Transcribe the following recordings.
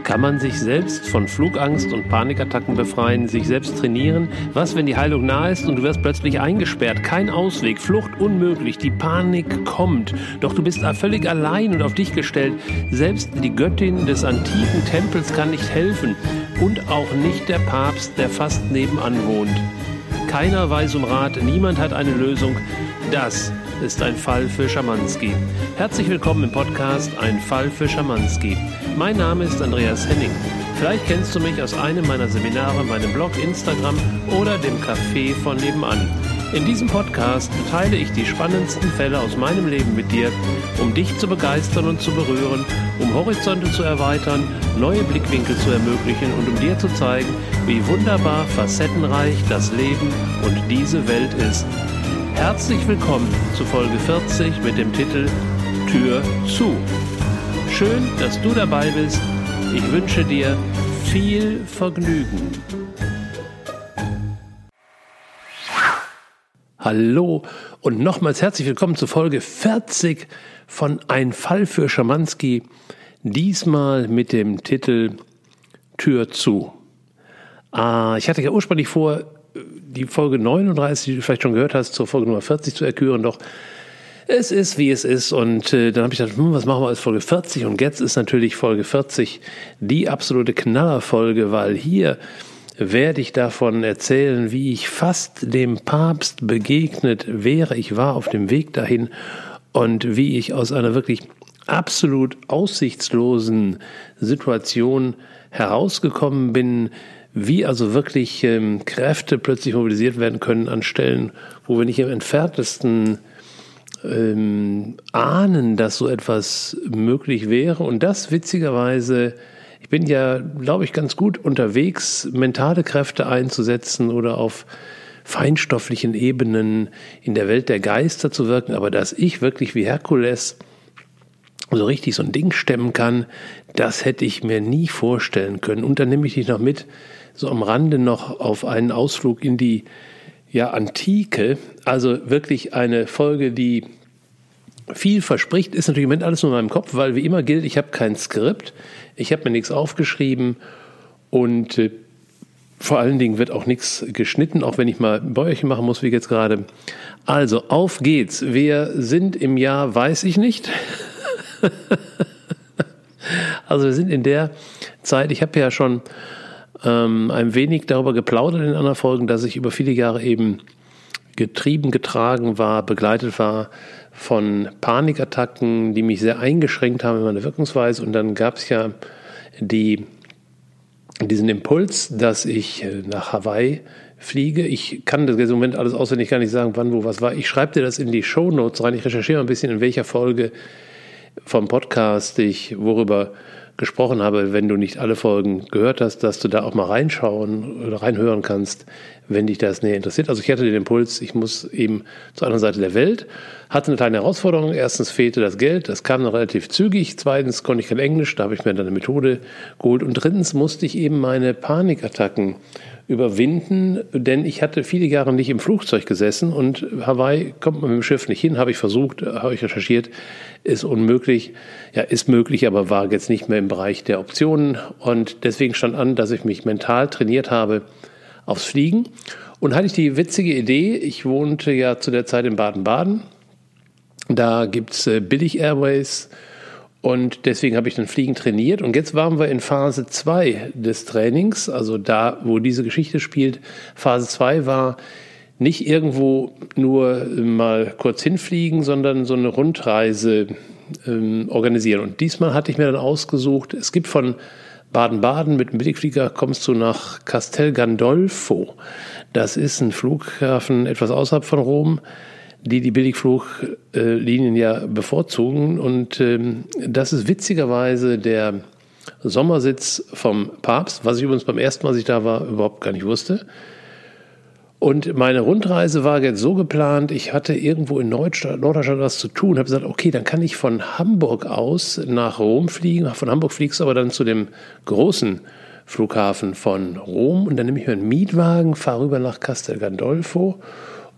Kann man sich selbst von Flugangst und Panikattacken befreien, sich selbst trainieren? Was, wenn die Heilung nahe ist und du wirst plötzlich eingesperrt? Kein Ausweg, Flucht unmöglich, die Panik kommt. Doch du bist völlig allein und auf dich gestellt. Selbst die Göttin des antiken Tempels kann nicht helfen. Und auch nicht der Papst, der fast nebenan wohnt. Keiner weiß um Rat, niemand hat eine Lösung. Das ist ein Fall für Schamanski. Herzlich willkommen im Podcast Ein Fall für Schamanski. Mein Name ist Andreas Henning. Vielleicht kennst du mich aus einem meiner Seminare, meinem Blog, Instagram oder dem Café von nebenan. In diesem Podcast teile ich die spannendsten Fälle aus meinem Leben mit dir, um dich zu begeistern und zu berühren, um Horizonte zu erweitern, neue Blickwinkel zu ermöglichen und um dir zu zeigen, wie wunderbar facettenreich das Leben und diese Welt ist. Herzlich willkommen zu Folge 40 mit dem Titel Tür zu. Schön, dass du dabei bist. Ich wünsche dir viel Vergnügen. Hallo und nochmals herzlich willkommen zu Folge 40 von Ein Fall für Schamanski. Diesmal mit dem Titel Tür zu. Ich hatte ja ursprünglich vor, die Folge 39, die du vielleicht schon gehört hast, zur Folge Nummer 40 zu erküren, doch es ist, wie es ist. Und dann habe ich gedacht, was machen wir als Folge 40? Und jetzt ist natürlich Folge 40 die absolute Knallerfolge, weil hier werde ich davon erzählen, wie ich fast dem Papst begegnet wäre. Ich war auf dem Weg dahin und wie ich aus einer wirklich absolut aussichtslosen Situation herausgekommen bin, wie also wirklich Kräfte plötzlich mobilisiert werden können an Stellen, wo wir nicht im entferntesten ahnen, dass so etwas möglich wäre. Und das witzigerweise, ich bin ja, glaube ich, ganz gut unterwegs, mentale Kräfte einzusetzen oder auf feinstofflichen Ebenen in der Welt der Geister zu wirken, aber dass ich wirklich wie Herkules so richtig so ein Ding stemmen kann, das hätte ich mir nie vorstellen können. Und dann nehme ich dich noch mit, so am Rande noch auf einen Ausflug in die Antike, also wirklich eine Folge, die viel verspricht, ist natürlich im Moment alles nur in meinem Kopf, weil wie immer gilt, ich habe kein Skript, ich habe mir nichts aufgeschrieben und vor allen Dingen wird auch nichts geschnitten, auch wenn ich mal Bäuerchen machen muss, wie jetzt gerade. Also, auf geht's. Wir sind im Jahr, weiß ich nicht. Also wir sind in der Zeit, ich habe ja schon ein wenig darüber geplaudert in anderen Folgen, dass ich über viele Jahre eben getragen war, begleitet war von Panikattacken, die mich sehr eingeschränkt haben in meiner Wirkungsweise. Und dann gab es ja diesen Impuls, dass ich nach Hawaii fliege. Ich kann das im Moment alles auswendig gar nicht sagen, wann, wo, was war. Ich schreibe dir das in die Shownotes rein. Ich recherchiere ein bisschen, in welcher Folge vom Podcast ich worüber gesprochen habe, wenn du nicht alle Folgen gehört hast, dass du da auch mal reinschauen oder reinhören kannst, wenn dich das näher interessiert. Also ich hatte den Impuls, ich muss eben zur anderen Seite der Welt, hatte eine kleine Herausforderung. Erstens fehlte das Geld, das kam noch relativ zügig. Zweitens konnte ich kein Englisch, da habe ich mir dann eine Methode geholt. Und drittens musste ich eben meine Panikattacken überwinden, denn ich hatte viele Jahre nicht im Flugzeug gesessen und Hawaii kommt man mit dem Schiff nicht hin, habe ich versucht, habe ich recherchiert, ist unmöglich, ist möglich, aber war jetzt nicht mehr im Bereich der Optionen und deswegen stand an, dass ich mich mental trainiert habe aufs Fliegen und hatte ich die witzige Idee, ich wohnte ja zu der Zeit in Baden-Baden, da gibt's Billig Airways und deswegen habe ich dann Fliegen trainiert. Und jetzt waren wir in Phase 2 des Trainings, also da, wo diese Geschichte spielt. Phase 2 war nicht irgendwo nur mal kurz hinfliegen, sondern so eine Rundreise organisieren. Und diesmal hatte ich mir dann ausgesucht, es gibt von Baden-Baden mit dem Billigflieger kommst du nach Castel Gandolfo. Das ist ein Flughafen etwas außerhalb von Rom, die Billigfluglinien ja bevorzugen. Und das ist witzigerweise der Sommersitz vom Papst, was ich übrigens beim ersten Mal, als ich da war, überhaupt gar nicht wusste. Und meine Rundreise war jetzt so geplant, ich hatte irgendwo in Norddeutschland was zu tun, habe gesagt, okay, dann kann ich von Hamburg aus nach Rom fliegen. Von Hamburg fliegst du aber dann zu dem großen Flughafen von Rom und dann nehme ich mir einen Mietwagen, fahre rüber nach Castel Gandolfo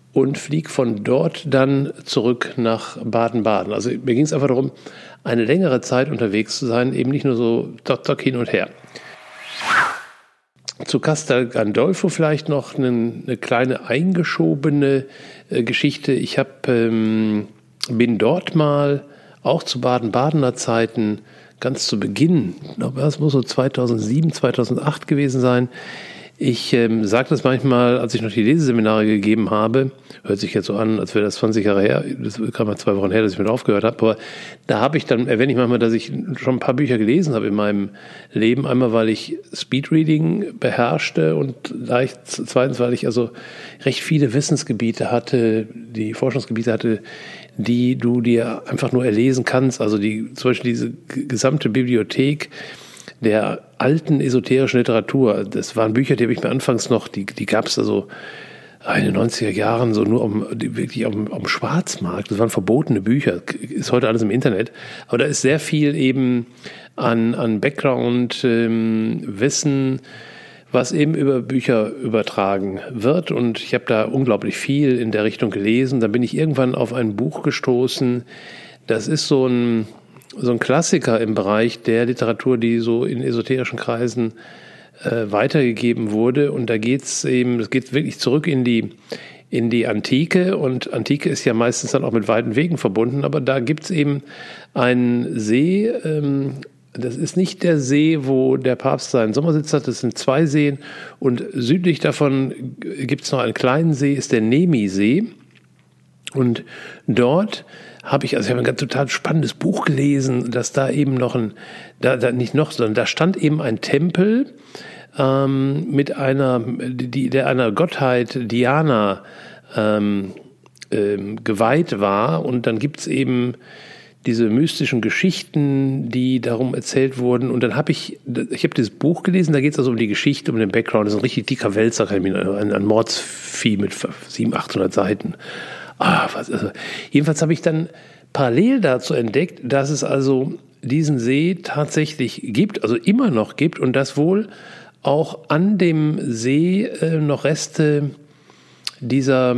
und fliege von dort dann zurück nach Baden-Baden. Also mir ging es einfach darum, eine längere Zeit unterwegs zu sein, eben nicht nur so tock hin und her. Zu Castel Gandolfo vielleicht noch eine kleine eingeschobene Geschichte. Ich bin dort mal, auch zu Baden-Badener Zeiten, ganz zu Beginn, ich glaube, das muss so 2007, 2008 gewesen sein. Ich sage das manchmal, als ich noch die Leseseminare gegeben habe, hört sich jetzt so an, als wäre das 20 Jahre her, das ist gerade mal 2 Wochen her, dass ich mit aufgehört habe, aber da habe ich dann, erwähne ich manchmal, dass ich schon ein paar Bücher gelesen habe in meinem Leben. Einmal, weil ich Speedreading beherrschte und zweitens, weil ich also recht viele Wissensgebiete hatte, die Forschungsgebiete hatte, die du dir einfach nur erlesen kannst. Also zum Beispiel diese gesamte Bibliothek der alten esoterischen Literatur. Das waren Bücher, die habe ich mir anfangs noch, die gab es also in den 90er Jahren so nur wirklich am Schwarzmarkt. Das waren verbotene Bücher. Ist heute alles im Internet. Aber da ist sehr viel eben an Background-Wissen, was eben über Bücher übertragen wird. Und ich habe da unglaublich viel in der Richtung gelesen. Dann bin ich irgendwann auf ein Buch gestoßen. Das ist so ein Klassiker im Bereich der Literatur, die so in esoterischen Kreisen weitergegeben wurde. Und das geht wirklich zurück in die Antike. Und Antike ist ja meistens dann auch mit weiten Wegen verbunden. Aber da gibt es eben einen See. Das ist nicht der See, wo der Papst seinen Sommersitz hat. Das sind 2 Seen. Und südlich davon gibt es noch einen kleinen See, ist der Nemi-See. Und dort habe ich ein ganz total spannendes Buch gelesen, dass da eben sondern da stand eben ein Tempel mit der einer Gottheit Diana geweiht war. Und dann gibt's eben diese mystischen Geschichten, die darum erzählt wurden. Und dann habe ich dieses Buch gelesen, da geht es also um die Geschichte, um den Background. Das ist ein richtig dicker Wälzer, ein Mordsvieh mit 700, 800 Seiten. Jedenfalls habe ich dann parallel dazu entdeckt, dass es also diesen See tatsächlich gibt, also immer noch gibt und dass wohl auch an dem See noch Reste dieses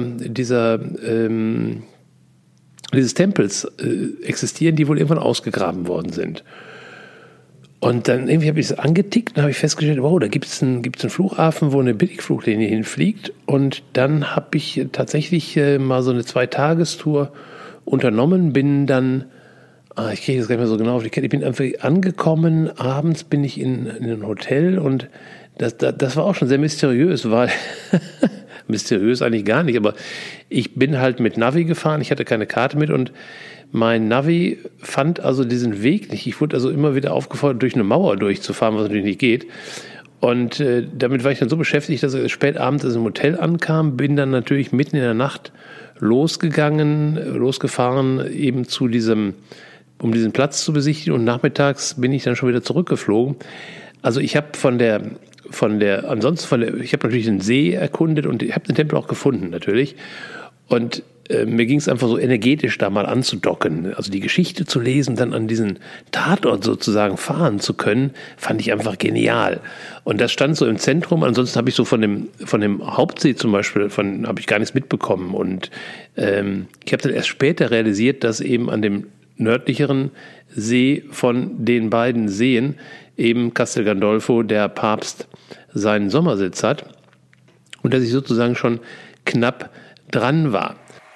Tempels existieren, die wohl irgendwann ausgegraben worden sind. Und dann irgendwie habe ich es angetickt und habe ich festgestellt, wow, da gibt's einen Flughafen, wo eine Billigfluglinie hinfliegt. Und dann habe ich tatsächlich mal so eine 2-Tagestour unternommen, bin dann, ich kriege das gar nicht mehr so genau auf die Kette, ich bin einfach angekommen, abends bin ich in ein Hotel und das war auch schon sehr mysteriös, weil, mysteriös eigentlich gar nicht, aber ich bin halt mit Navi gefahren, ich hatte keine Karte mit und mein Navi fand also diesen Weg nicht. Ich wurde also immer wieder aufgefordert, durch eine Mauer durchzufahren, was natürlich nicht geht. Und damit war ich dann so beschäftigt, dass ich spät abends im Hotel ankam, bin dann natürlich mitten in der Nacht losgefahren, eben um diesen Platz zu besichtigen und nachmittags bin ich dann schon wieder zurückgeflogen. Also ich habe ich habe natürlich den See erkundet und ich habe den Tempel auch gefunden natürlich. Und mir ging es einfach so energetisch da mal anzudocken. Also die Geschichte zu lesen, dann an diesen Tatort sozusagen fahren zu können, fand ich einfach genial. Und das stand so im Zentrum. Ansonsten habe ich so von dem Hauptsee zum Beispiel, habe ich gar nichts mitbekommen. Und ich habe dann erst später realisiert, dass eben an dem nördlicheren See von den beiden Seen eben Castel Gandolfo der Papst seinen Sommersitz hat und dass ich sozusagen schon knapp dran war.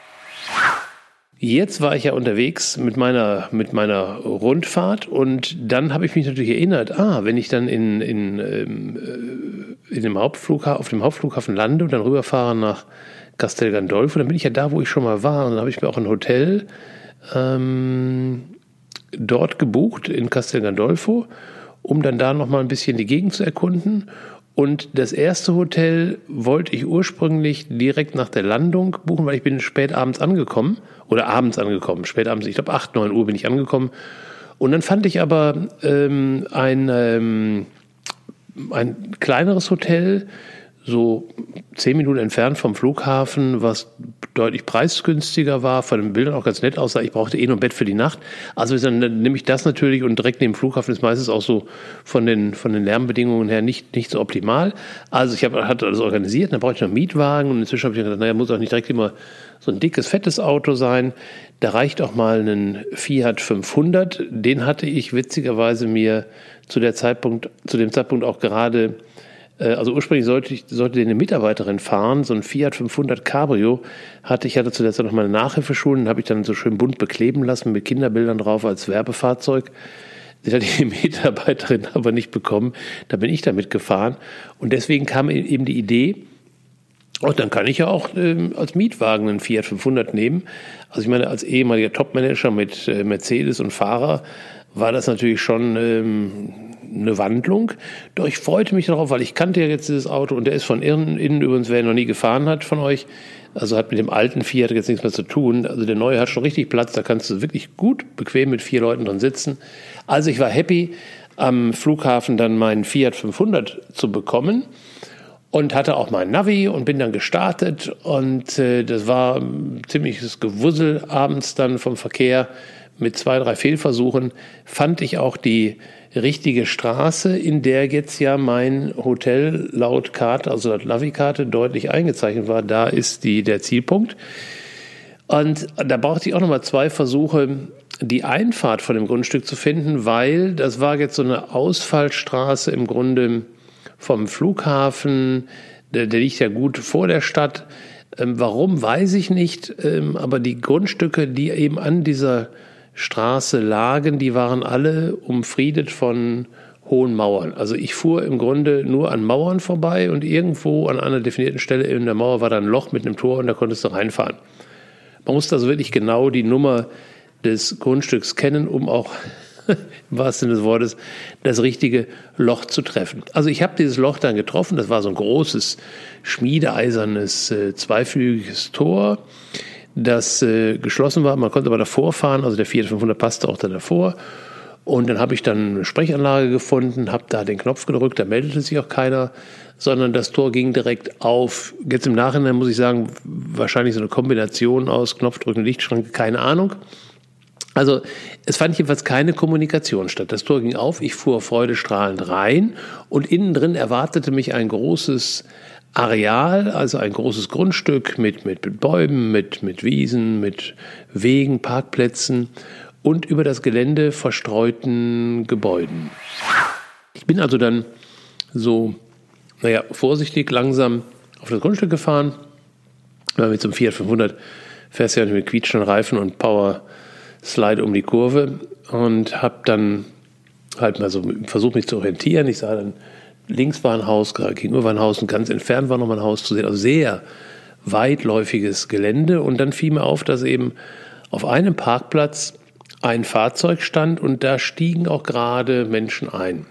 Jetzt war ich ja unterwegs mit meiner Rundfahrt und dann habe ich mich natürlich erinnert, wenn ich dann auf dem Hauptflughafen lande und dann rüberfahre nach Castel Gandolfo, dann bin ich ja da, wo ich schon mal war und dann habe ich mir auch ein Hotel dort gebucht in Castel Gandolfo, um dann da nochmal ein bisschen die Gegend zu erkunden. Und das erste Hotel wollte ich ursprünglich direkt nach der Landung buchen, weil ich bin spät abends angekommen, spät abends, ich glaube 8, 9 Uhr bin ich angekommen. Und dann fand ich aber ein kleineres Hotel, so 10 Minuten entfernt vom Flughafen, was deutlich preisgünstiger war, von den Bildern auch ganz nett aussah. Ich brauchte nur ein Bett für die Nacht. Also dann nehme ich das natürlich, und direkt neben dem Flughafen ist meistens auch so von den Lärmbedingungen her nicht so optimal. Also ich hatte alles organisiert, dann brauchte ich noch einen Mietwagen, und inzwischen habe ich gedacht, muss auch nicht direkt immer so ein dickes, fettes Auto sein. Da reicht auch mal ein Fiat 500. Den hatte ich witzigerweise mir zu dem Zeitpunkt auch gerade. Also ursprünglich sollte den eine Mitarbeiterin fahren, so ein Fiat 500 Cabrio hatte zu der Zeit noch mal eine Nachhilfeschule, und habe ich dann so schön bunt bekleben lassen mit Kinderbildern drauf als Werbefahrzeug. Den hat die Mitarbeiterin aber nicht bekommen, da bin ich damit gefahren, und deswegen kam eben die Idee, dann kann ich ja auch als Mietwagen einen Fiat 500 nehmen. Also ich meine, als ehemaliger Topmanager mit Mercedes und Fahrer war das natürlich schon eine Wandlung. Doch ich freute mich darauf, weil ich kannte ja jetzt dieses Auto, und der ist von innen übrigens, wer noch nie gefahren hat von euch, also hat mit dem alten Fiat jetzt nichts mehr zu tun. Also der neue hat schon richtig Platz, da kannst du wirklich gut bequem mit 4 Leuten drin sitzen. Also ich war happy, am Flughafen dann meinen Fiat 500 zu bekommen. Und hatte auch mein Navi und bin dann gestartet, und das war ein ziemliches Gewussel abends dann vom Verkehr mit 2, 3 Fehlversuchen. Fand ich auch die richtige Straße, in der jetzt ja mein Hotel laut Karte, also laut Navi-Karte, deutlich eingezeichnet war. Da ist der Zielpunkt. Und da brauchte ich auch nochmal 2 Versuche, die Einfahrt von dem Grundstück zu finden, weil das war jetzt so eine Ausfallstraße im Grunde vom Flughafen, der liegt ja gut vor der Stadt. Warum, weiß ich nicht, aber die Grundstücke, die eben an dieser Straße lagen, die waren alle umfriedet von hohen Mauern. Also ich fuhr im Grunde nur an Mauern vorbei, und irgendwo an einer definierten Stelle in der Mauer war da ein Loch mit einem Tor, und da konntest du reinfahren. Man musste also wirklich genau die Nummer des Grundstücks kennen, um auch im wahrsten Sinne des Wortes das richtige Loch zu treffen. Also ich habe dieses Loch dann getroffen. Das war so ein großes, schmiedeeisernes, zweiflügiges Tor, das geschlossen war. Man konnte aber davor fahren, also der Fiat 500 passte auch da davor. Und dann habe ich dann eine Sprechanlage gefunden, habe da den Knopf gedrückt, da meldete sich auch keiner, sondern das Tor ging direkt auf. Jetzt im Nachhinein muss ich sagen, wahrscheinlich so eine Kombination aus Knopfdrücken und Lichtschranke, keine Ahnung. Also es fand jedenfalls keine Kommunikation statt. Das Tor ging auf, ich fuhr freudestrahlend rein, und innen drin erwartete mich ein großes Areal, also ein großes Grundstück mit Bäumen, mit Wiesen, mit Wegen, Parkplätzen und über das Gelände verstreuten Gebäuden. Ich bin also dann so, vorsichtig langsam auf das Grundstück gefahren, weil mit so einem Fiat 500 fährst du ja mit quietschenden Reifen und Power Slide um die Kurve, und habe dann halt mal so versucht, mich zu orientieren. Ich sah dann, links war ein Haus, gerade gegenüber war ein Haus, und ganz entfernt war nochmal ein Haus zu sehen. Also sehr weitläufiges Gelände, und dann fiel mir auf, dass eben auf einem Parkplatz ein Fahrzeug stand, und da stiegen auch gerade Menschen ein.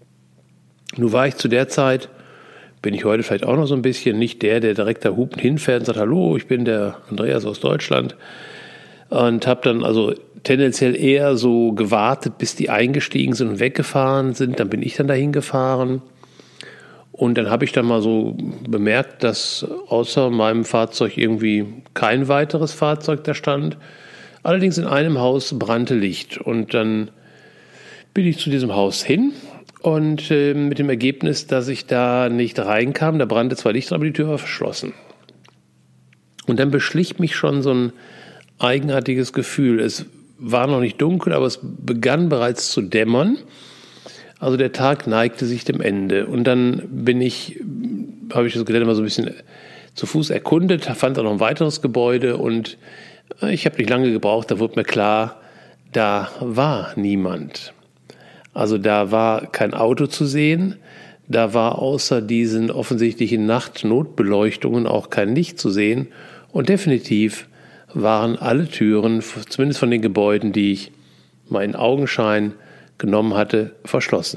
Nun war ich zu der Zeit, bin ich heute vielleicht auch noch so ein bisschen, nicht der direkt da hupend hinfährt und sagt, hallo, ich bin der Andreas aus Deutschland. Und habe dann also tendenziell eher so gewartet, bis die eingestiegen sind und weggefahren sind. Dann bin ich dann dahin gefahren. Und dann habe ich dann mal so bemerkt, dass außer meinem Fahrzeug irgendwie kein weiteres Fahrzeug da stand. Allerdings in einem Haus brannte Licht. Und dann bin ich zu diesem Haus hin, und mit dem Ergebnis, dass ich da nicht reinkam. Da brannte zwar Licht, aber die Tür war verschlossen. Und dann beschlich mich schon so ein eigenartiges Gefühl. Es war noch nicht dunkel, aber es begann bereits zu dämmern. Also der Tag neigte sich dem Ende. Und dann habe ich das Gelände mal so ein bisschen zu Fuß erkundet, fand auch noch ein weiteres Gebäude, und ich habe nicht lange gebraucht, da wurde mir klar, da war niemand. Also da war kein Auto zu sehen, da war außer diesen offensichtlichen Nachtnotbeleuchtungen auch kein Licht zu sehen, und definitiv waren alle Türen, zumindest von den Gebäuden, die ich mal in Augenschein genommen hatte, verschlossen.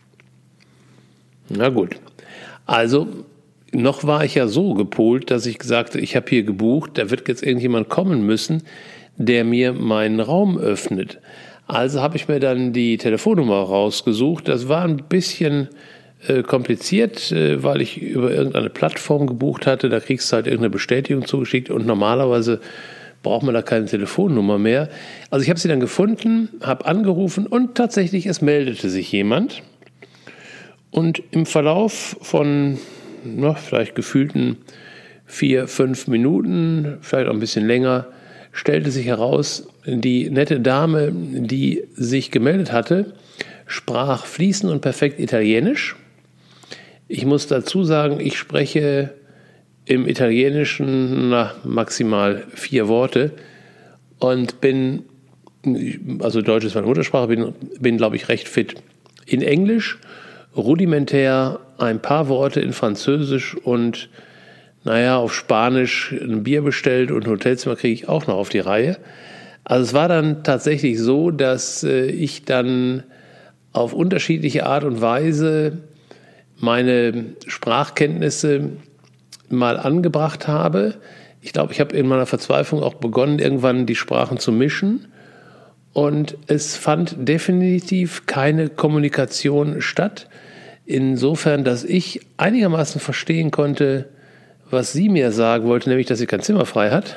Na gut, also noch war ich ja so gepolt, dass ich gesagt habe, ich habe hier gebucht, da wird jetzt irgendjemand kommen müssen, der mir meinen Raum öffnet. Also habe ich mir dann die Telefonnummer rausgesucht. Das war ein bisschen kompliziert, weil ich über irgendeine Plattform gebucht hatte. Da kriegst du halt irgendeine Bestätigung zugeschickt und normalerweise braucht man da keine Telefonnummer mehr. Also ich habe sie dann gefunden, habe angerufen und tatsächlich, es meldete sich jemand. Und im Verlauf von vielleicht gefühlten 4-5 Minuten, vielleicht auch ein bisschen länger, stellte sich heraus, die nette Dame, die sich gemeldet hatte, sprach fließend und perfekt Italienisch. Ich muss dazu sagen, ich spreche im Italienischen maximal 4 Worte und also Deutsch ist meine Muttersprache, bin glaube ich recht fit. In Englisch rudimentär ein paar Worte in Französisch und auf Spanisch ein Bier bestellt und ein Hotelzimmer kriege ich auch noch auf die Reihe. Also es war dann tatsächlich so, dass ich dann auf unterschiedliche Art und Weise meine Sprachkenntnisse mal angebracht habe. Ich glaube, ich habe in meiner Verzweiflung auch begonnen, irgendwann die Sprachen zu mischen. Und es fand definitiv keine Kommunikation statt. Insofern, dass ich einigermaßen verstehen konnte, was sie mir sagen wollte, nämlich, dass sie kein Zimmer frei hat.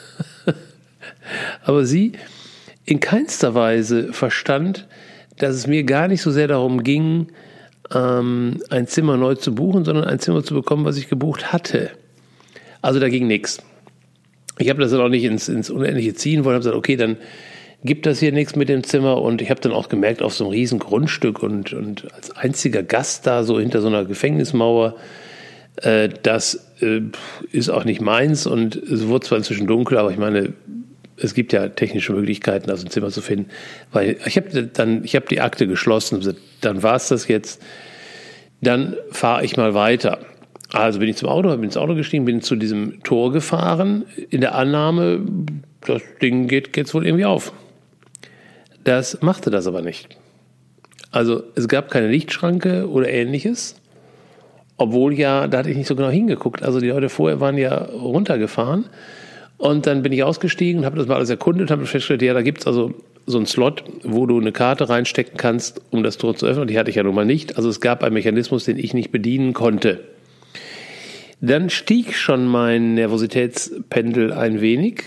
Aber sie in keinster Weise verstand, dass es mir gar nicht so sehr darum ging, ein Zimmer neu zu buchen, sondern ein Zimmer zu bekommen, was ich gebucht hatte. Also da ging nichts. Ich habe das dann auch nicht ins Unendliche ziehen wollen, habe gesagt, okay, dann gibt das hier nichts mit dem Zimmer. Und ich habe dann auch gemerkt, auf so einem riesen Grundstück und als einziger Gast da, so hinter so einer Gefängnismauer, das ist auch nicht meins. Und es wurde zwar inzwischen dunkel, aber ich meine, es gibt ja technische Möglichkeiten, also ein Zimmer zu finden. Weil ich habe die Akte geschlossen und gesagt, dann war es das jetzt. Dann fahre ich mal weiter. Also bin ins Auto gestiegen, bin zu diesem Tor gefahren, in der Annahme, das Ding geht's wohl irgendwie auf. Das machte das aber nicht. Also es gab keine Lichtschranke oder Ähnliches, obwohl da hatte ich nicht so genau hingeguckt. Also die Leute vorher waren ja runtergefahren und dann bin ich ausgestiegen und habe das mal alles erkundet, habe festgestellt, da gibt es also so einen Slot, wo du eine Karte reinstecken kannst, um das Tor zu öffnen. Und die hatte ich ja nun mal nicht. Also es gab einen Mechanismus, den ich nicht bedienen konnte. Dann stieg schon mein Nervositätspegel ein wenig.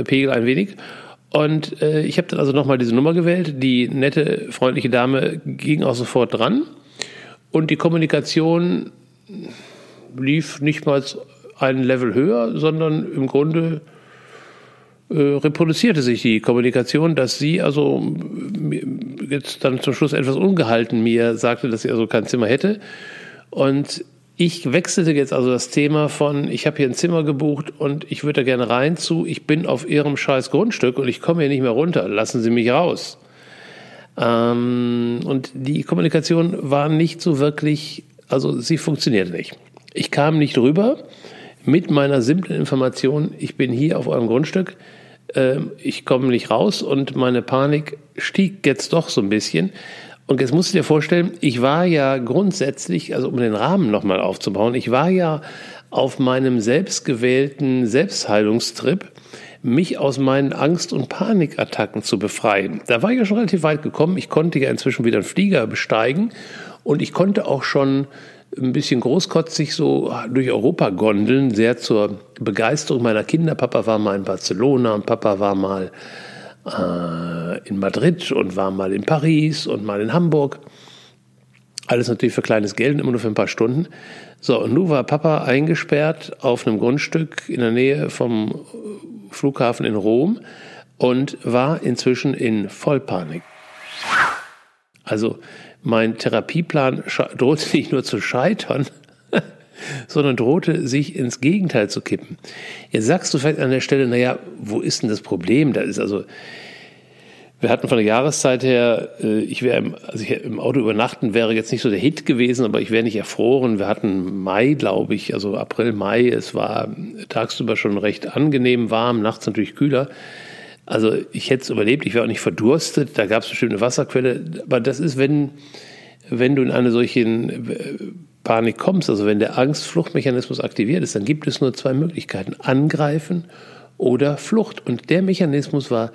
Und ich habe dann also nochmal diese Nummer gewählt. Die nette, freundliche Dame ging auch sofort dran. Und die Kommunikation lief nicht mal ein Level höher, sondern im Grunde reproduzierte sich die Kommunikation, dass sie also jetzt dann zum Schluss etwas ungehalten mir sagte, dass sie also kein Zimmer hätte. Und ich wechselte jetzt also das Thema von, ich habe hier ein Zimmer gebucht und ich würde da gerne rein zu, ich bin auf Ihrem scheiß Grundstück und ich komme hier nicht mehr runter, lassen Sie mich raus. Und die Kommunikation war nicht so wirklich, also sie funktionierte nicht. Ich kam nicht rüber mit meiner simplen Information, ich bin hier auf eurem Grundstück, ich komme nicht raus und meine Panik stieg jetzt doch so ein bisschen. Und jetzt musst du dir vorstellen, ich war ja grundsätzlich, also um den Rahmen nochmal aufzubauen, ich war ja auf meinem selbstgewählten Selbstheilungstrip, mich aus meinen Angst- und Panikattacken zu befreien. Da war ich ja schon relativ weit gekommen. Ich konnte ja inzwischen wieder einen Flieger besteigen und ich konnte auch schon ein bisschen großkotzig so durch Europa gondeln, sehr zur Begeisterung meiner Kinder. Papa war mal in Barcelona und Papa war mal in Madrid und war mal in Paris und mal in Hamburg. Alles natürlich für kleines Geld, immer nur für ein paar Stunden. So, und nun war Papa eingesperrt auf einem Grundstück in der Nähe vom Flughafen in Rom und war inzwischen in Vollpanik. Also mein Therapieplan drohte nicht nur zu scheitern, sondern drohte sich ins Gegenteil zu kippen. Jetzt sagst du vielleicht an der Stelle, wo ist denn das Problem? Da ist also, wir hatten von der Jahreszeit her, im Auto übernachten wäre jetzt nicht so der Hit gewesen, aber ich wäre nicht erfroren. Wir hatten Mai, glaube ich, also April, Mai. Es war tagsüber schon recht angenehm warm, nachts natürlich kühler. Also ich hätte es überlebt, ich wäre auch nicht verdurstet, da gab es bestimmt eine Wasserquelle. Aber das ist, wenn du in eine solche Panik kommst, also wenn der Angst-Fluchtmechanismus aktiviert ist, dann gibt es nur 2 Möglichkeiten, angreifen oder Flucht. Und der Mechanismus war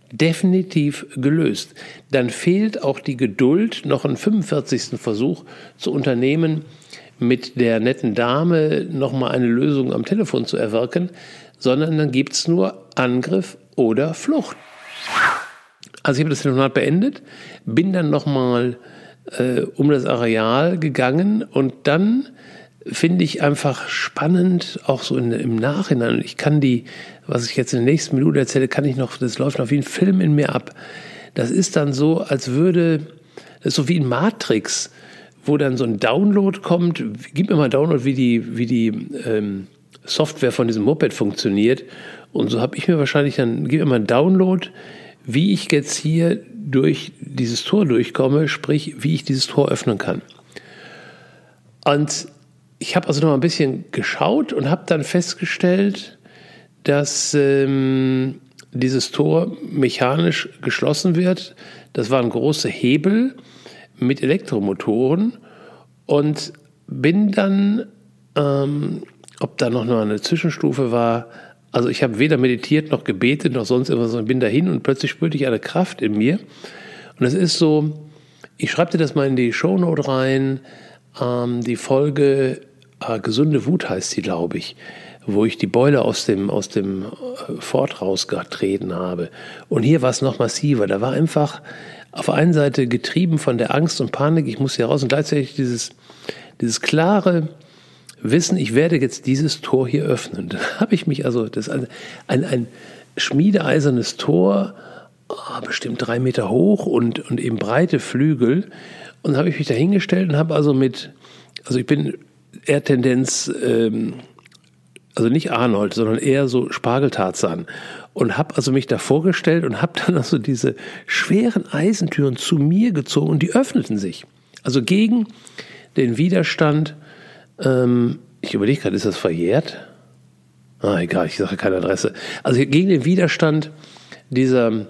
definitiv gelöst. Dann fehlt auch die Geduld, noch einen 45. Versuch zu unternehmen, mit der netten Dame nochmal eine Lösung am Telefon zu erwirken, sondern dann gibt es nur Angriff oder Flucht. Also ich habe das Telefonat beendet, bin dann nochmal um das Areal gegangen und dann finde ich einfach spannend, auch so im Nachhinein. Ich kann was ich jetzt in der nächsten Minute erzähle, das läuft noch wie ein Film in mir ab. Das ist dann so, das ist so wie in Matrix, wo dann so ein Download kommt. Gib mir mal Download, wie die Software von diesem Moped funktioniert. Und so habe ich mir wahrscheinlich gib mir mal einen Download, wie ich jetzt hier durch dieses Tor durchkomme, sprich, wie ich dieses Tor öffnen kann. Und ich habe also noch mal ein bisschen geschaut und habe dann festgestellt, dass dieses Tor mechanisch geschlossen wird. Das waren große Hebel mit Elektromotoren und bin dann, ob da noch eine Zwischenstufe war, also ich habe weder meditiert noch gebetet noch sonst irgendwas, sondern bin dahin und plötzlich spürte ich eine Kraft in mir. Und es ist so, ich schreibe dir das mal in die Shownote rein, die Folge Gesunde Wut heißt sie, glaube ich, wo ich die Beule aus dem Ford rausgetreten habe. Und hier war es noch massiver. Da war einfach auf der einen Seite getrieben von der Angst und Panik, ich muss hier raus, und gleichzeitig dieses klare Wissen, ich werde jetzt dieses Tor hier öffnen. Da habe ich mich das ist ein schmiedeeisernes Tor, bestimmt 3 Meter hoch und eben breite Flügel. Und habe ich mich da hingestellt und habe ich bin eher Tendenz, also nicht Arnold, sondern eher so Spargeltarzan. Und habe also mich da vorgestellt und habe dann also diese schweren Eisentüren zu mir gezogen und die öffneten sich. Also gegen den Widerstand, ich überlege gerade, ist das verjährt? Egal, ich sage keine Adresse. Also gegen den Widerstand dieser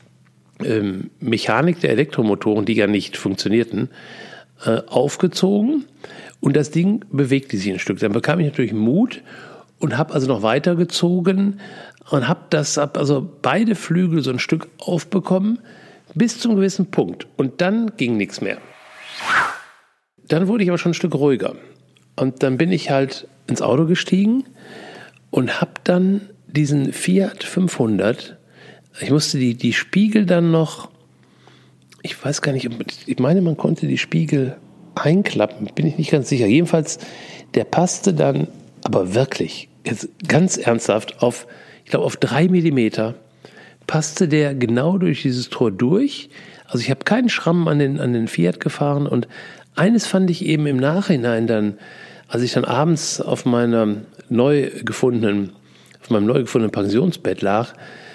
Mechanik der Elektromotoren, die ja nicht funktionierten, aufgezogen und das Ding bewegte sich ein Stück. Dann bekam ich natürlich Mut und habe also noch weitergezogen und habe also beide Flügel so ein Stück aufbekommen bis zum gewissen Punkt und dann ging nichts mehr. Dann wurde ich aber schon ein Stück ruhiger und dann bin ich halt ins Auto gestiegen und habe dann diesen Fiat 500, ich musste die Spiegel dann noch, ich weiß gar nicht, ich meine, man konnte die Spiegel einklappen, bin ich nicht ganz sicher. Jedenfalls, der passte dann, aber wirklich, jetzt ganz ernsthaft, auf 3 Millimeter passte der genau durch dieses Tor durch. Also ich habe keinen Schramm an den Fiat gefahren und eines fand ich eben im Nachhinein dann, als ich dann abends auf meinem neu gefundenen Pensionsbett lag,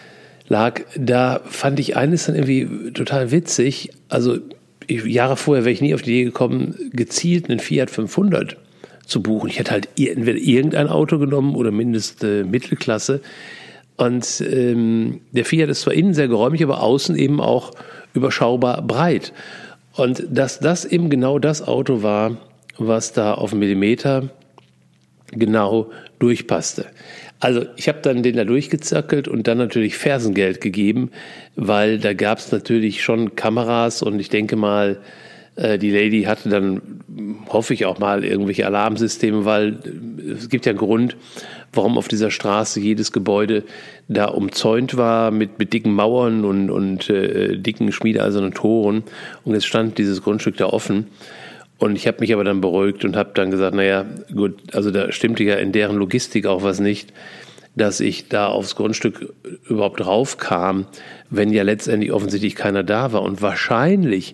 da fand ich eines dann irgendwie total witzig. Also Jahre vorher wäre ich nie auf die Idee gekommen, gezielt einen Fiat 500 zu buchen. Ich hätte halt entweder irgendein Auto genommen oder mindestens Mittelklasse. Und der Fiat ist zwar innen sehr geräumig, aber außen eben auch überschaubar breit. Und dass das eben genau das Auto war, was da auf einen Millimeter genau durchpasste. Also ich habe dann den da durchgezirkelt und dann natürlich Fersengeld gegeben, weil da gab es natürlich schon Kameras und ich denke mal, die Lady hatte dann, hoffe ich auch mal, irgendwelche Alarmsysteme, weil es gibt ja einen Grund, warum auf dieser Straße jedes Gebäude da umzäunt war mit dicken Mauern und dicken schmiedeeisernen Toren und jetzt stand dieses Grundstück da offen. Und ich habe mich aber dann beruhigt und habe dann gesagt, naja, gut, also da stimmte ja in deren Logistik auch was nicht, dass ich da aufs Grundstück überhaupt raufkam, wenn ja letztendlich offensichtlich keiner da war. Und wahrscheinlich,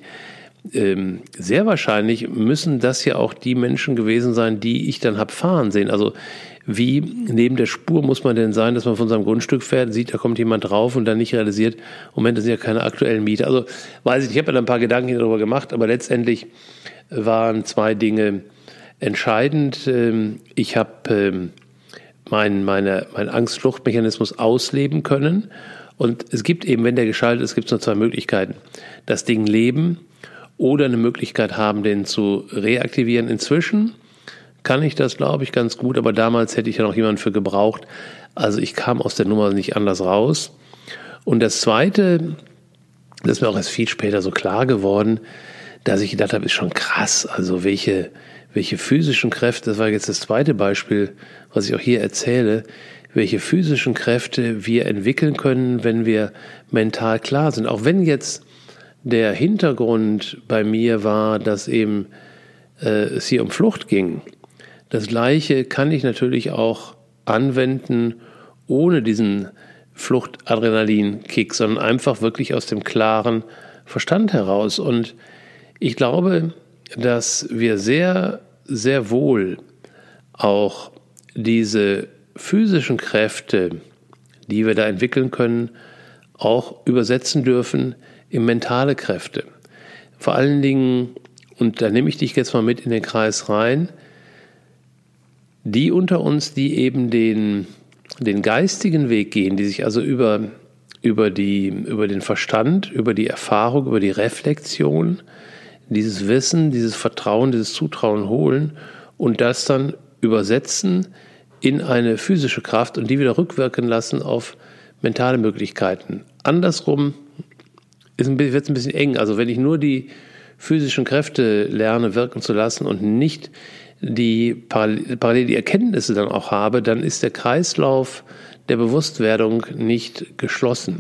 sehr wahrscheinlich müssen das ja auch die Menschen gewesen sein, die ich dann habe fahren sehen. Also wie neben der Spur muss man denn sein, dass man von seinem Grundstück fährt, sieht, da kommt jemand drauf und dann nicht realisiert, Moment, das sind ja keine aktuellen Mieter. Also weiß ich habe mir da ein paar Gedanken darüber gemacht, aber letztendlich waren 2 Dinge entscheidend. Ich habe meinen Angst-Flucht-Mechanismus ausleben können und es gibt eben, wenn der geschaltet ist, gibt es nur 2 Möglichkeiten. Das Ding leben oder eine Möglichkeit haben, den zu reaktivieren. Inzwischen kann ich das, glaube ich, ganz gut, aber damals hätte ich ja noch jemanden für gebraucht. Also ich kam aus der Nummer nicht anders raus Und das Zweite, das ist mir auch erst viel später so klar geworden, dass ich gedacht habe, ist schon krass, also welche physischen Kräfte, das war jetzt das zweite Beispiel, was ich auch hier erzähle, welche physischen Kräfte wir entwickeln können, wenn wir mental klar sind. Auch wenn jetzt der Hintergrund bei mir war, dass eben es hier um Flucht ging. Das Gleiche kann ich natürlich auch anwenden ohne diesen Fluchtadrenalin-Kick, sondern einfach wirklich aus dem klaren Verstand heraus. Und ich glaube, dass wir sehr, sehr wohl auch diese physischen Kräfte, die wir da entwickeln können, auch übersetzen dürfen in mentale Kräfte. Vor allen Dingen, und da nehme ich dich jetzt mal mit in den Kreis rein, die unter uns, die eben den geistigen Weg gehen, die sich also über den Verstand, über die Erfahrung, über die Reflexion, dieses Wissen, dieses Vertrauen, dieses Zutrauen holen und das dann übersetzen in eine physische Kraft und die wieder rückwirken lassen auf mentale Möglichkeiten. Andersrum wird es ein bisschen eng. Also wenn ich nur die physischen Kräfte lerne, wirken zu lassen und nicht parallel die Erkenntnisse dann auch habe, dann ist der Kreislauf der Bewusstwerdung nicht geschlossen.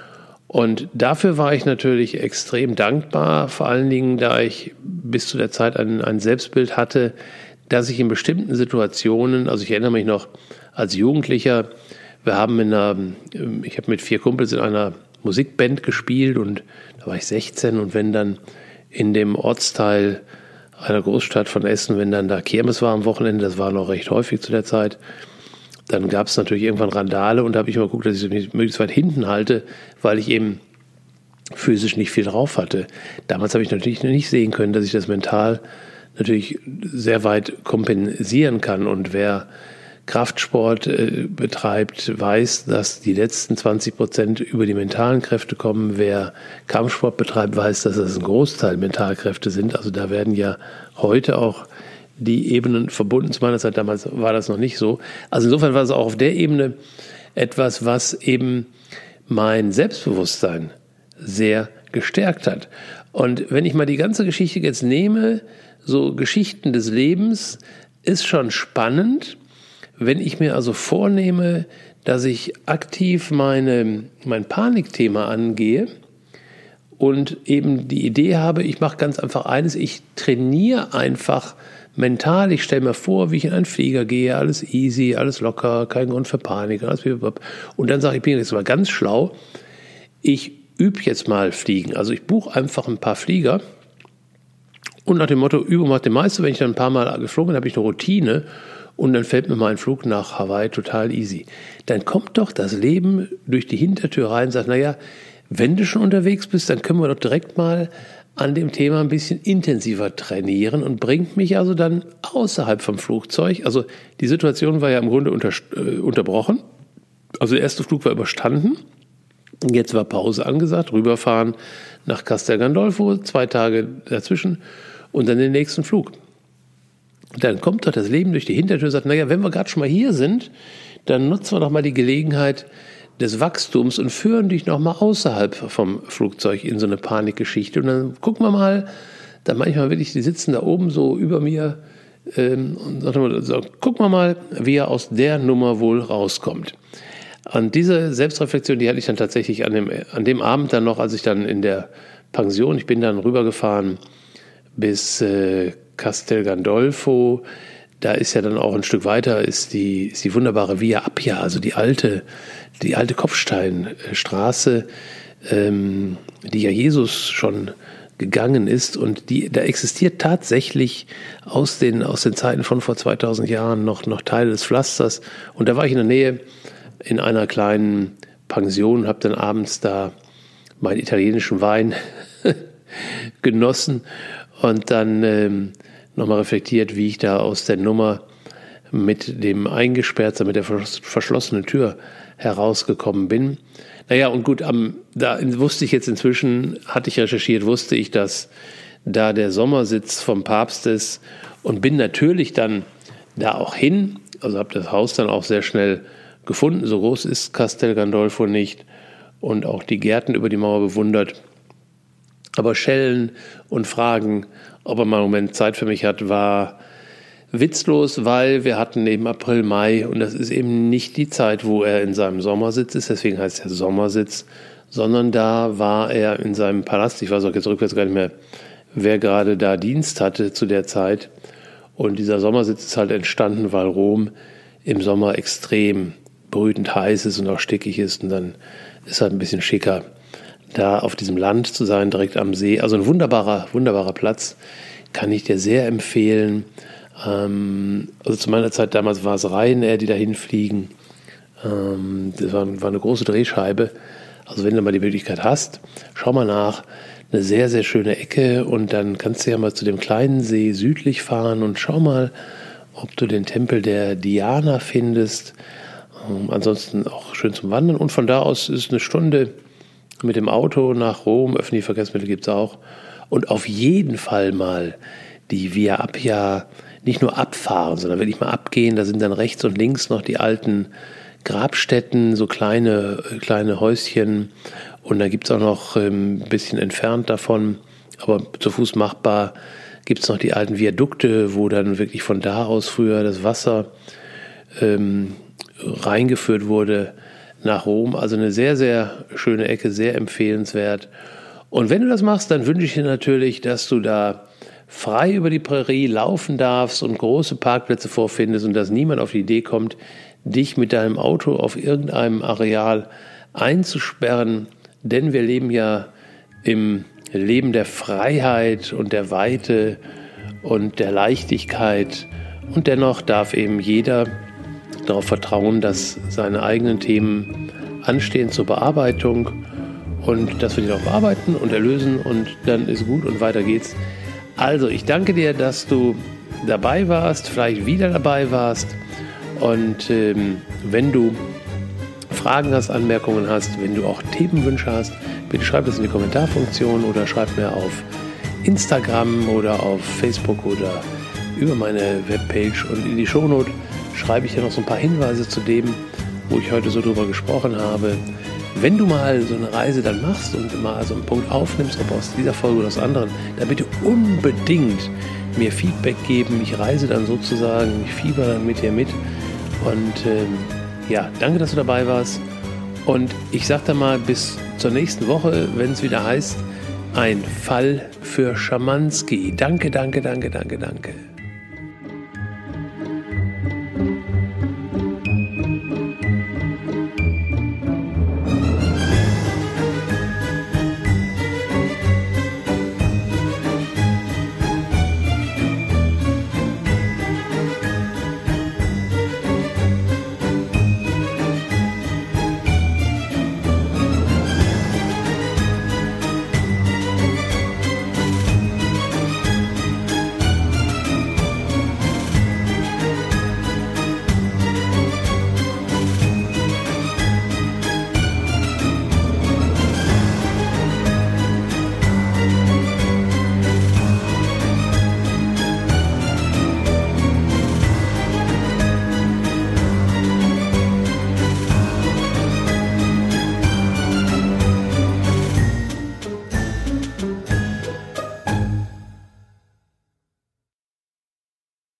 Und dafür war ich natürlich extrem dankbar, vor allen Dingen, da ich bis zu der Zeit ein Selbstbild hatte, dass ich in bestimmten Situationen, also ich erinnere mich noch als Jugendlicher, ich habe mit 4 Kumpels in einer Musikband gespielt und da war ich 16 und wenn dann in dem Ortsteil einer Großstadt von Essen, wenn dann da Kirmes war am Wochenende, das war noch recht häufig zu der Zeit, dann gab es natürlich irgendwann Randale und da habe ich immer geguckt, dass ich mich möglichst weit hinten halte, weil ich eben physisch nicht viel drauf hatte. Damals habe ich natürlich noch nicht sehen können, dass ich das mental natürlich sehr weit kompensieren kann und wer Kraftsport betreibt, weiß, dass die letzten 20% über die mentalen Kräfte kommen. Wer Kampfsport betreibt, weiß, dass das ein Großteil Mentalkräfte sind. Also da werden ja heute auch die Ebenen verbunden. Zu meiner Zeit damals war das noch nicht so. Also insofern war es auch auf der Ebene etwas, was eben mein Selbstbewusstsein sehr gestärkt hat. Und wenn ich mal die ganze Geschichte jetzt nehme, so Geschichten des Lebens, ist schon spannend. Wenn ich mir also vornehme, dass ich aktiv mein Panikthema angehe und eben die Idee habe, ich mache ganz einfach eines, ich trainiere einfach mental, ich stelle mir vor, wie ich in einen Flieger gehe, alles easy, alles locker, kein Grund für Panik, alles und dann sage ich, bin jetzt mal ganz schlau, ich übe jetzt mal Fliegen, also ich buche einfach ein paar Flieger und nach dem Motto, Übung macht den Meister, wenn ich dann ein paar Mal geflogen bin, habe ich eine Routine. Und dann fällt mir mal ein Flug nach Hawaii total easy. Dann kommt doch das Leben durch die Hintertür rein und sagt, naja, wenn du schon unterwegs bist, dann können wir doch direkt mal an dem Thema ein bisschen intensiver trainieren und bringt mich also dann außerhalb vom Flugzeug. Also die Situation war ja im Grunde unterbrochen. Also der erste Flug war überstanden. Jetzt war Pause angesagt, rüberfahren nach Castel Gandolfo, 2 Tage dazwischen und dann den nächsten Flug. Dann kommt doch das Leben durch die Hintertür und sagt, naja, wenn wir gerade schon mal hier sind, dann nutzen wir doch mal die Gelegenheit des Wachstums und führen dich noch mal außerhalb vom Flugzeug in so eine Panikgeschichte. Und dann gucken wir mal, dann manchmal wirklich, die sitzen da oben so über mir und sagen, gucken wir mal, wie er aus der Nummer wohl rauskommt. Und diese Selbstreflexion, die hatte ich dann tatsächlich an dem Abend dann noch, als ich dann in der Pension, ich bin dann rübergefahren bis Castel Gandolfo, da ist ja dann auch ein Stück weiter, ist die wunderbare Via Appia, also die alte Kopfsteinstraße, die ja Jesus schon gegangen ist und da existiert tatsächlich aus den Zeiten von vor 2000 Jahren noch Teile des Pflasters und da war ich in der Nähe in einer kleinen Pension, habe dann abends da meinen italienischen Wein genossen und dann nochmal reflektiert, wie ich da aus der Nummer mit dem eingesperrten, mit der verschlossenen Tür herausgekommen bin. Naja, und gut, da wusste ich jetzt inzwischen, hatte ich recherchiert, wusste ich, dass da der Sommersitz vom Papst ist und bin natürlich dann da auch hin, also habe das Haus dann auch sehr schnell gefunden, so groß ist Castel Gandolfo nicht und auch die Gärten über die Mauer bewundert. Aber Schellen und Fragen, ob er mal einen Moment Zeit für mich hat, war witzlos, weil wir hatten eben April, Mai und das ist eben nicht die Zeit, wo er in seinem Sommersitz ist, deswegen heißt er Sommersitz, sondern da war er in seinem Palast. Ich weiß auch jetzt rückwärts gar nicht mehr, wer gerade da Dienst hatte zu der Zeit. Und dieser Sommersitz ist halt entstanden, weil Rom im Sommer extrem brütend heiß ist und auch stickig ist und dann ist halt ein bisschen schicker, da auf diesem Land zu sein, direkt am See. Also ein wunderbarer Platz, kann ich dir sehr empfehlen. Also zu meiner Zeit damals war es Ryanair, die dahin fliegen. Das war eine große Drehscheibe. Also wenn du mal die Möglichkeit hast, schau mal nach. Eine sehr, sehr schöne Ecke und dann kannst du ja mal zu dem kleinen See südlich fahren und schau mal, ob du den Tempel der Diana findest. Ansonsten auch schön zum Wandern und von da aus ist eine Stunde mit dem Auto nach Rom. Öffentliche Verkehrsmittel gibt es auch. Und auf jeden Fall mal die Via Appia nicht nur abfahren, sondern wirklich mal abgehen. Da sind dann rechts und links noch die alten Grabstätten, so kleine Häuschen. Und da gibt es auch noch ein bisschen entfernt davon, aber zu Fuß machbar, gibt es noch die alten Viadukte, wo dann wirklich von da aus früher das Wasser reingeführt wurde nach Rom. Also eine sehr, sehr schöne Ecke, sehr empfehlenswert. Und wenn du das machst, dann wünsche ich dir natürlich, dass du da frei über die Prärie laufen darfst und große Parkplätze vorfindest und dass niemand auf die Idee kommt, dich mit deinem Auto auf irgendeinem Areal einzusperren. Denn wir leben ja im Leben der Freiheit und der Weite und der Leichtigkeit. Und dennoch darf eben jeder darauf vertrauen, dass seine eigenen Themen anstehen zur Bearbeitung und dass wir die auch bearbeiten und erlösen und dann ist gut und weiter geht's. Also ich danke dir, dass du dabei warst, vielleicht wieder dabei warst und wenn du Fragen hast, Anmerkungen hast, wenn du auch Themenwünsche hast, bitte schreib das in die Kommentarfunktion oder schreib mir auf Instagram oder auf Facebook oder über meine Webpage und in die Shownote schreibe ich dir noch so ein paar Hinweise zu dem, wo ich heute so drüber gesprochen habe. Wenn du mal so eine Reise dann machst und mal so einen Punkt aufnimmst, ob aus dieser Folge oder aus anderen, dann bitte unbedingt mir Feedback geben. Ich reise dann sozusagen, ich fieber dann mit dir mit. Und danke, dass du dabei warst. Und ich sage dann mal bis zur nächsten Woche, wenn es wieder heißt, ein Fall für Schamanski. Danke.